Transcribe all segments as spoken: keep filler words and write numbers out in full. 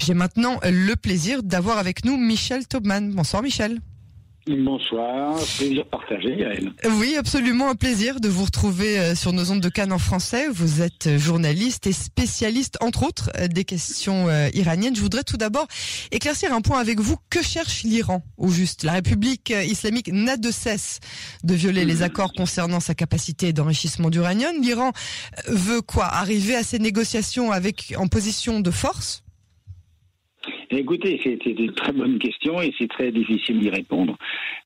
J'ai maintenant le plaisir d'avoir avec nous Michel Taubman. Bonsoir Michel. Bonsoir, plaisir partagé, Yael. Oui, absolument un plaisir de vous retrouver sur nos ondes de Cannes en français. Vous êtes journaliste et spécialiste, entre autres, des questions iraniennes. Je voudrais tout d'abord éclaircir un point avec vous. Que cherche l'Iran, au juste? La République islamique n'a de cesse de violer les accords concernant sa capacité d'enrichissement d'uranium. L'Iran veut quoi? Arriver à ces négociations avec en position de force? Écoutez, c'est une très bonne question et c'est très difficile d'y répondre.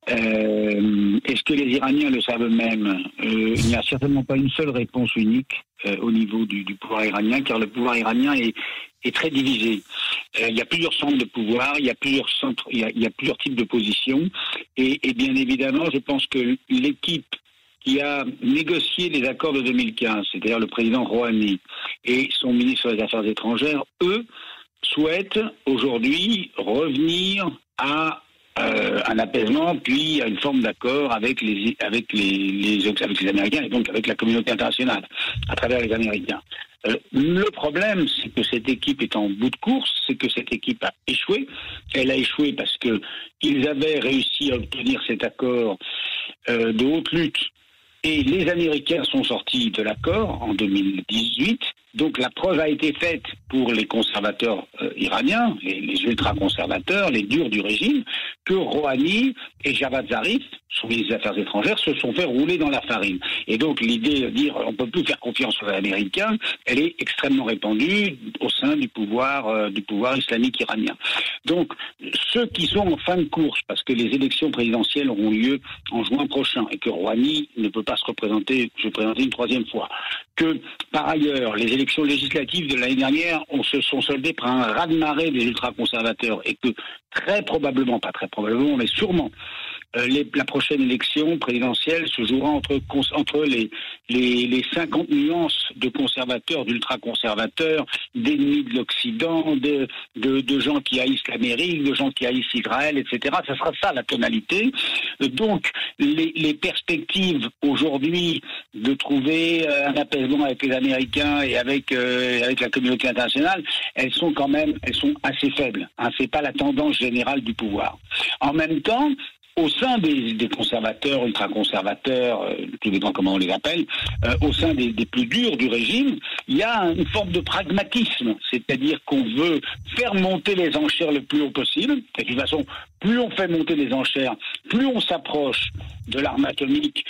Euh, Est-ce que les Iraniens le savent eux-mêmes? euh, Il n'y a certainement pas une seule réponse unique euh, au niveau du, du pouvoir iranien, car le pouvoir iranien est, est très divisé. Euh, il y a plusieurs centres de pouvoir, il y a plusieurs centres, il y a, il y a plusieurs types de positions, et, et bien évidemment, je pense que l'équipe qui a négocié les accords de deux mille quinze, c'est-à-dire le président Rouhani et son ministre des Affaires étrangères, eux, souhaitent aujourd'hui revenir à euh, un apaisement, puis à une forme d'accord avec les avec les, les avec les Américains et donc avec la communauté internationale à travers les Américains. Euh, le problème, c'est que cette équipe est en bout de course, c'est que cette équipe a échoué. Elle a échoué parce que ils avaient réussi à obtenir cet accord euh, de haute lutte. Et les Américains sont sortis de l'accord en deux mille dix-huit. Donc la preuve a été faite pour les conservateurs euh, iraniens, les, les ultra-conservateurs, les durs du régime, que Rouhani et Javad Zarif, sous les Affaires étrangères, se sont fait rouler dans la farine. Et donc l'idée de dire on ne peut plus faire confiance aux Américains, elle est extrêmement répandue au sein du pouvoir euh, du pouvoir islamique iranien. Donc ceux qui sont en fin de course, parce que les élections présidentielles auront lieu en juin prochain et que Rouhani ne peut pas se représenter, se présenter une troisième fois, que par ailleurs les élections législatives de l'année dernière on se sont soldées par un raz-de-marée des ultra-conservateurs et que très probablement, pas très probablement, mais sûrement, Euh, les, la prochaine élection présidentielle se jouera entre, entre les, les, les cinquante nuances de conservateurs, d'ultra-conservateurs, d'ennemis de l'Occident, de, de, de gens qui haïssent l'Amérique, de gens qui haïssent Israël, et cetera. Ça sera ça la tonalité. Euh, donc, les, les perspectives aujourd'hui de trouver euh, un apaisement avec les Américains et avec, euh, avec la communauté internationale, elles sont quand même, elles sont assez faibles. Hein. C'est pas la tendance générale du pouvoir. En même temps, au sein des, des conservateurs, ultra-conservateurs, euh, tout dépend comment on les appelle, euh, au sein des, des plus durs du régime, il y a une forme de pragmatisme, c'est-à-dire qu'on veut faire monter les enchères le plus haut possible, et de toute façon, plus on fait monter les enchères, plus on s'approche de l'arme atomique,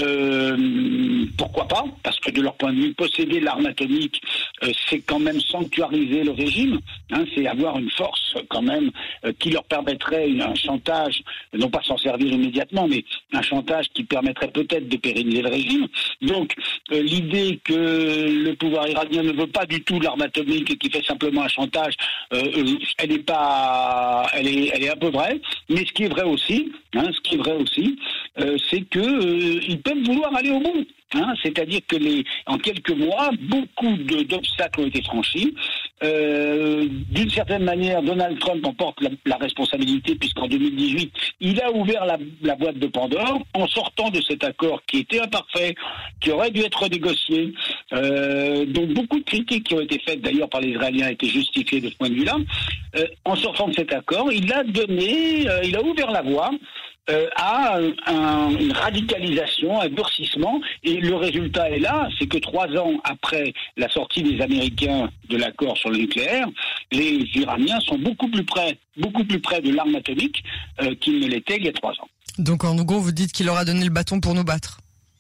euh, pourquoi pas? Parce que de leur point de vue, posséder l'arme atomique, euh, c'est quand même sanctuariser le régime, hein, c'est avoir une force quand même euh, qui leur permettrait une, un chantage, non pas s'en servir immédiatement, mais un chantage qui permettrait peut-être de pérenniser le régime. Donc euh, l'idée que le pouvoir iranien ne veut pas du tout l'arme atomique et qui fait simplement un chantage, euh, elle est pas, elle est, elle est un peu vraie. Mais ce qui est vrai aussi, hein, ce qui est vrai aussi, euh, c'est que euh, ils peuvent vouloir aller au bout. Hein, c'est-à-dire que les, en quelques mois, beaucoup de, d'obstacles ont été franchis. Euh, d'une certaine manière, Donald Trump en porte la, la responsabilité puisqu'en deux mille dix-huit, il a ouvert la, la boîte de Pandore en sortant de cet accord qui était imparfait, qui aurait dû être négocié. Euh, donc beaucoup de critiques qui ont été faites d'ailleurs par les Israéliens étaient justifiées de ce point de vue-là. Euh, en sortant de cet accord, il a donné, euh, il a ouvert la voie Euh, à un, une radicalisation, un durcissement, et le résultat est là, c'est que trois ans après la sortie des Américains de l'accord sur le nucléaire, les Iraniens sont beaucoup plus près, beaucoup plus près de l'arme atomique euh, qu'ils ne l'étaient il y a trois ans. Donc en gros, vous dites qu'il leur a donné le bâton pour nous battre?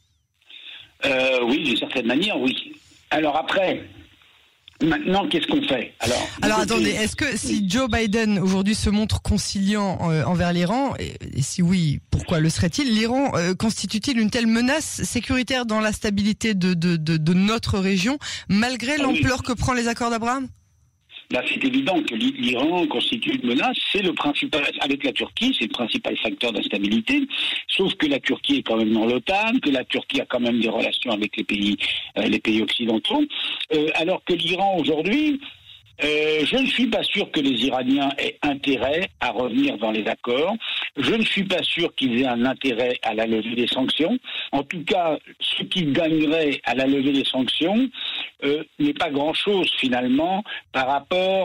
euh, Oui, d'une certaine manière, oui. Alors après... Maintenant, qu'est-ce qu'on fait? Alors, Alors attendez, est-ce que si Joe Biden aujourd'hui se montre conciliant euh, envers l'Iran, et, et si oui, pourquoi le serait-il? L'Iran euh, constitue-t-il une telle menace sécuritaire dans la stabilité de, de, de, de notre région, malgré ah l'ampleur oui. que prend les accords d'Abraham? Là, c'est évident que l'Iran constitue une menace. C'est le principal, avec la Turquie, c'est le principal facteur d'instabilité. Sauf que la Turquie est quand même dans l'OTAN, que la Turquie a quand même des relations avec les pays, euh, les pays occidentaux. Euh, alors que l'Iran aujourd'hui, euh, je ne suis pas sûr que les Iraniens aient intérêt à revenir dans les accords. Je ne suis pas sûr qu'ils aient un intérêt à la levée des sanctions. En tout cas, ce qui gagnerait à la levée des sanctions euh, n'est pas grand-chose finalement par rapport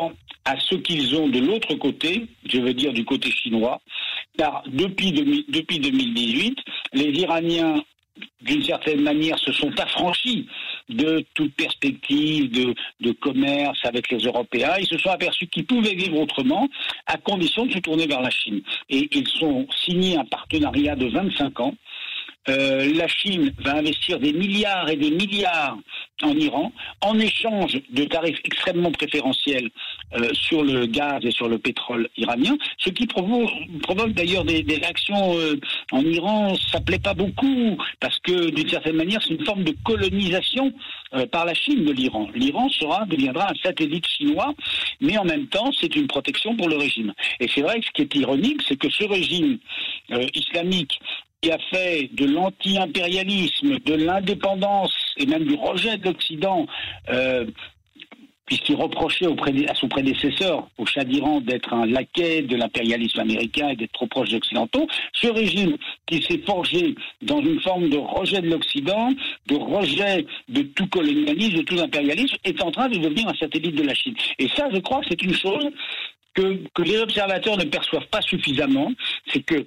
à ce qu'ils ont de l'autre côté, je veux dire du côté chinois, car depuis, depuis deux mille dix-huit, les Iraniens, d'une certaine manière, se sont affranchis de toute perspective de, de commerce avec les Européens. Ils se sont aperçus qu'ils pouvaient vivre autrement, à condition de se tourner vers la Chine. Et ils ont signé un partenariat de vingt-cinq ans. Euh, la Chine va investir des milliards et des milliards en Iran en échange de tarifs extrêmement préférentiels euh, sur le gaz et sur le pétrole iranien, ce qui provoque, provoque d'ailleurs des, des réactions euh, en Iran. Ça plaît pas beaucoup parce que d'une certaine manière c'est une forme de colonisation euh, par la Chine de l'Iran. L'Iran sera deviendra un satellite chinois, mais en même temps c'est une protection pour le régime. Et c'est vrai que ce qui est ironique, c'est que ce régime euh, islamique qui a fait de l'anti-impérialisme, de l'indépendance et même du rejet de l'Occident, euh, puisqu'il reprochait auprès de, à son prédécesseur, au Shah d'Iran, d'être un laquais de l'impérialisme américain et d'être trop proche des Occidentaux, ce régime qui s'est forgé dans une forme de rejet de l'Occident, de rejet de tout colonialisme, de tout impérialisme, est en train de devenir un satellite de la Chine. Et ça, je crois que c'est une chose que, que les observateurs ne perçoivent pas suffisamment, c'est que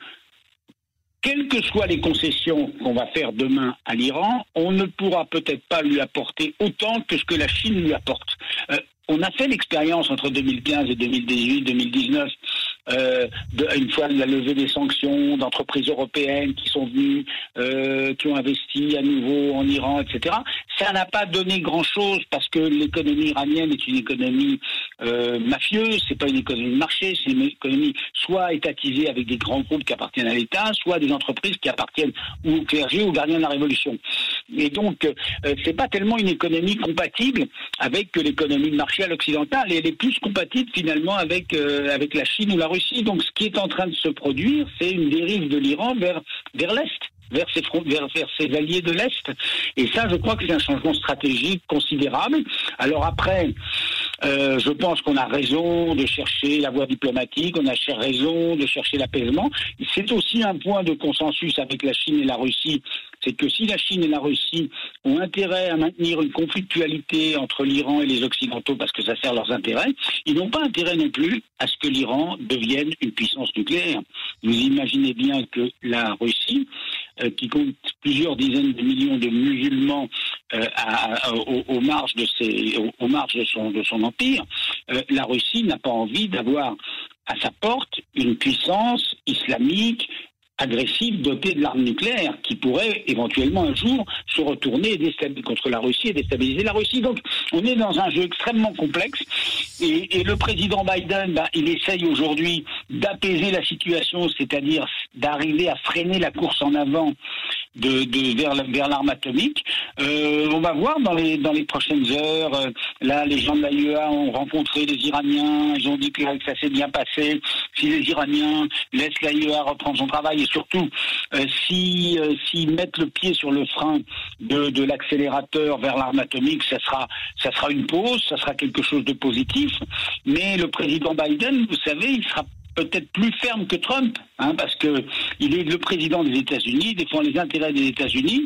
quelles que soient les concessions qu'on va faire demain à l'Iran, on ne pourra peut-être pas lui apporter autant que ce que la Chine lui apporte. Euh, on a fait l'expérience entre deux mille quinze et deux mille dix-huit, deux mille dix-neuf, euh, de, une fois de la levée des sanctions, d'entreprises européennes qui sont venues, euh, qui ont investi à nouveau en Iran, et cetera. Ça n'a pas donné grand-chose parce que l'économie iranienne est une économie euh, mafieuse, c'est pas une économie de marché, c'est une économie soit étatisée avec des grands groupes qui appartiennent à l'État, soit des entreprises qui appartiennent ou au clergé ou aux gardiens de la Révolution. Et donc, euh, c'est pas tellement une économie compatible avec l'économie de marché à l'occidental, et elle est plus compatible finalement avec euh, avec la Chine ou la Russie. Donc, ce qui est en train de se produire, c'est une dérive de l'Iran vers vers l'Est. Vers ses, vers, vers ses alliés de l'Est. Et ça, je crois que c'est un changement stratégique considérable. Alors après, euh, je pense qu'on a raison de chercher la voie diplomatique, on a raison de chercher l'apaisement. C'est aussi un point de consensus avec la Chine et la Russie, c'est que si la Chine et la Russie ont intérêt à maintenir une conflictualité entre l'Iran et les Occidentaux parce que ça sert leurs intérêts, ils n'ont pas intérêt non plus à ce que l'Iran devienne une puissance nucléaire. Vous imaginez bien que la Russie, euh, qui compte plusieurs dizaines de millions de musulmans euh, à, à, aux, aux marges de ses, aux, aux marges de son, de son empire, euh, la Russie n'a pas envie d'avoir à sa porte une puissance islamique agressive dotée de l'arme nucléaire qui pourrait éventuellement un jour se retourner et déstabiliser contre la Russie et déstabiliser la Russie. Donc on est dans un jeu extrêmement complexe et, et le président Biden, bah, il essaye aujourd'hui d'apaiser la situation, c'est-à-dire d'arriver à freiner la course en avant de, de vers, vers l'arme atomique. Euh, on va voir dans les dans les prochaines heures. Euh, là, les gens de l'A I E A ont rencontré les Iraniens. Ils ont dit que, que ça s'est bien passé. Si les Iraniens laissent l'A I E A reprendre son travail et surtout euh, si euh, s'ils mettent le pied sur le frein de, de l'accélérateur vers l'arme atomique, ça sera ça sera une pause, ça sera quelque chose de positif. Mais le président Biden, vous savez, il sera peut-être plus ferme que Trump, hein, parce que il est le président des États-Unis, défend les intérêts des États-Unis,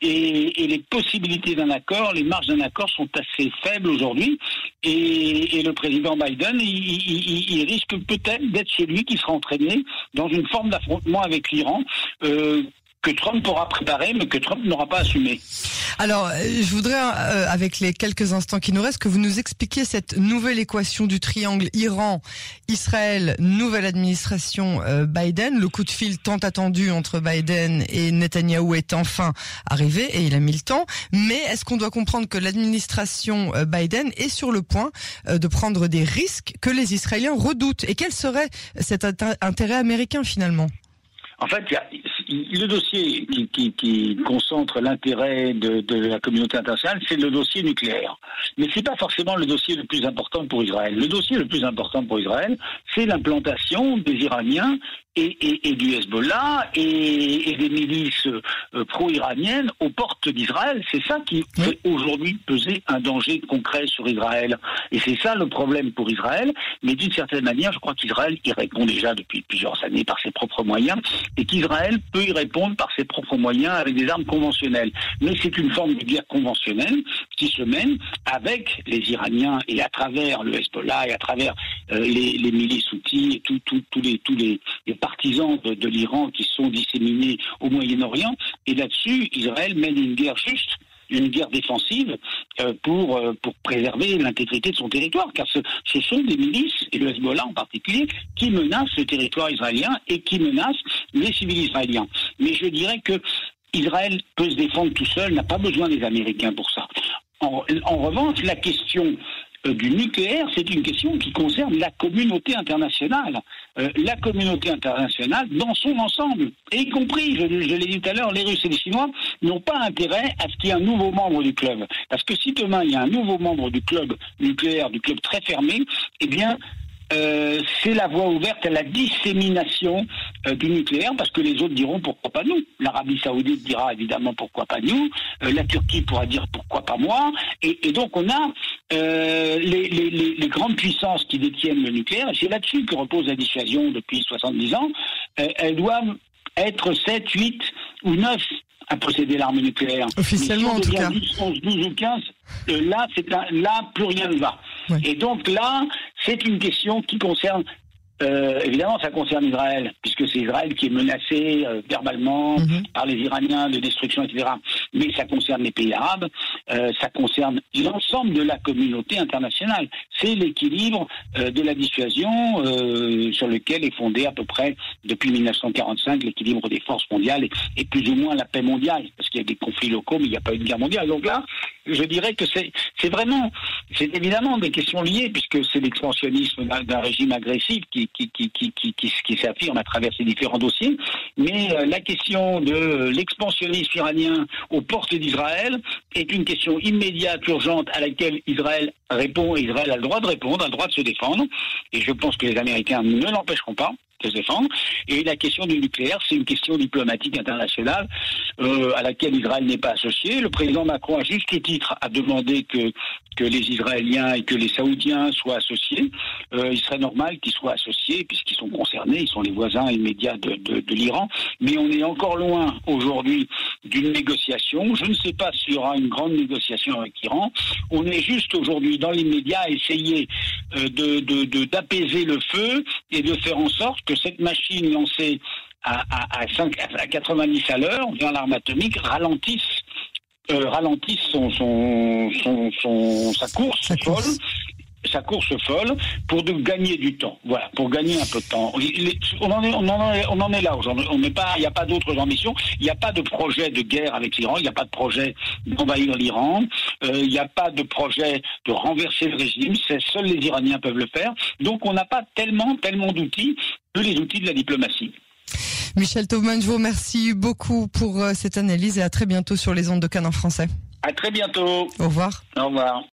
et, et les possibilités d'un accord, les marges d'un accord sont assez faibles aujourd'hui, et, et le président Biden, il, il, il risque peut-être d'être celui qui sera entraîné dans une forme d'affrontement avec l'Iran, euh, que Trump aura préparé, mais que Trump n'aura pas assumé. Alors, je voudrais, euh, avec les quelques instants qui nous restent, que vous nous expliquiez cette nouvelle équation du triangle Iran, Israël, nouvelle administration euh, Biden. Le coup de fil tant attendu entre Biden et Netanyahou est enfin arrivé et il a mis le temps. Mais est-ce qu'on doit comprendre que l'administration euh, Biden est sur le point euh, de prendre des risques que les Israéliens redoutent? Et quel serait cet intérêt américain finalement? En fait, il y a, le dossier qui, qui, qui concentre l'intérêt de, de la communauté internationale, c'est le dossier nucléaire. Mais c'est pas forcément le dossier le plus important pour Israël. Le dossier le plus important pour Israël, c'est l'implantation des Iraniens et, et, et du Hezbollah et, et des milices euh, pro-iraniennes aux portes d'Israël. C'est ça qui oui. fait aujourd'hui peser un danger concret sur Israël. Et c'est ça le problème pour Israël. Mais d'une certaine manière, je crois qu'Israël y répond déjà depuis plusieurs années par ses propres moyens, et qu'Israël peut y répondre par ses propres moyens avec des armes conventionnelles. Mais c'est une forme de guerre conventionnelle qui se mène avec les Iraniens et à travers le Hezbollah et à travers euh, les, les milices houthis et tous tout, tout les, tous les, les partisans de, de l'Iran qui sont disséminés au Moyen-Orient. Et là-dessus, Israël mène une guerre juste, une guerre défensive euh, pour euh, pour préserver l'intégrité de son territoire, car ce, ce sont des milices, et le Hezbollah en particulier, qui menacent le territoire israélien et qui menacent les civils israéliens. Mais je dirais que Israël peut se défendre tout seul, n'a pas besoin des Américains pour ça. En, en revanche, la question euh, du nucléaire, c'est une question qui concerne la communauté internationale. Euh, la communauté internationale dans son ensemble, et y compris, je, je l'ai dit tout à l'heure, les Russes et les Chinois n'ont pas intérêt à ce qu'il y ait un nouveau membre du club. Parce que si demain il y a un nouveau membre du club nucléaire, du club très fermé, eh bien... Euh, c'est la voie ouverte à la dissémination euh, du nucléaire, parce que les autres diront pourquoi pas nous. L'Arabie Saoudite dira évidemment pourquoi pas nous, euh, la Turquie pourra dire pourquoi pas moi, et, et donc on a euh, les, les, les, les grandes puissances qui détiennent le nucléaire, et c'est là-dessus que repose la dissuasion depuis soixante-dix ans. Euh, elles doivent être sept, huit ou neuf à posséder l'arme nucléaire. Officiellement, si on en tout cas. dix, onze, douze ou quinze, euh, là, c'est un, là, plus rien ne va. Ouais. Et donc là, c'est une question qui concerne, euh, évidemment, ça concerne Israël, puisque c'est Israël qui est menacé euh, verbalement mm-hmm. par les Iraniens de destruction, et cetera. Mais ça concerne les pays arabes, euh, ça concerne l'ensemble de la communauté internationale. C'est l'équilibre euh, de la dissuasion euh, sur lequel est fondé à peu près, depuis mille neuf cent quarante-cinq, l'équilibre des forces mondiales et, et plus ou moins la paix mondiale, parce qu'il y a des conflits locaux, mais il n'y a pas eu de guerre mondiale. Donc là, je dirais que c'est, c'est vraiment, c'est évidemment des questions liées, puisque c'est l'expansionnisme d'un, d'un régime agressif qui, qui, qui, qui, qui, qui, qui s'affirme à travers ces différents dossiers. Mais euh, la question de l'expansionnisme iranien aux portes d'Israël est une question immédiate, urgente, à laquelle Israël répond, et Israël a le droit de répondre, a le droit de se défendre. Et je pense que les Américains ne l'empêcheront pas de se défendre. Et la question du nucléaire, c'est une question diplomatique internationale euh, à laquelle Israël n'est pas associé. Le président Macron, à juste titre, a demandé que, que les Israéliens et que les Saoudiens soient associés. Euh, il serait normal qu'ils soient associés puisqu'ils sont concernés, ils sont les voisins immédiats de, de, de l'Iran. Mais on est encore loin aujourd'hui d'une négociation. Je ne sais pas s'il y aura une grande négociation avec l'Iran. On est juste aujourd'hui, dans l'immédiat, à essayer euh, de, de, de, d'apaiser le feu et de faire en sorte que cette machine lancée à, à, à, cinq, à quatre-vingt-dix à l'heure dans l'arme atomique ralentisse, euh, ralentisse son, son, son, son, sa course sa folle. Course. sa course folle pour de gagner du temps. Voilà, pour gagner un peu de temps. On en est, on en est, on en est là aujourd'hui. On n'est pas, il n'y a pas d'autres ambitions. Il n'y a pas de projet de guerre avec l'Iran. Il n'y a pas de projet d'envahir l'Iran. Euh, il n'y a pas de projet de renverser le régime. C'est, seuls les Iraniens peuvent le faire. Donc on n'a pas tellement, tellement d'outils que les outils de la diplomatie. Michel Taubman, je vous remercie beaucoup pour cette analyse et à très bientôt sur les ondes de Cannes en français. À très bientôt. Au revoir. Au revoir.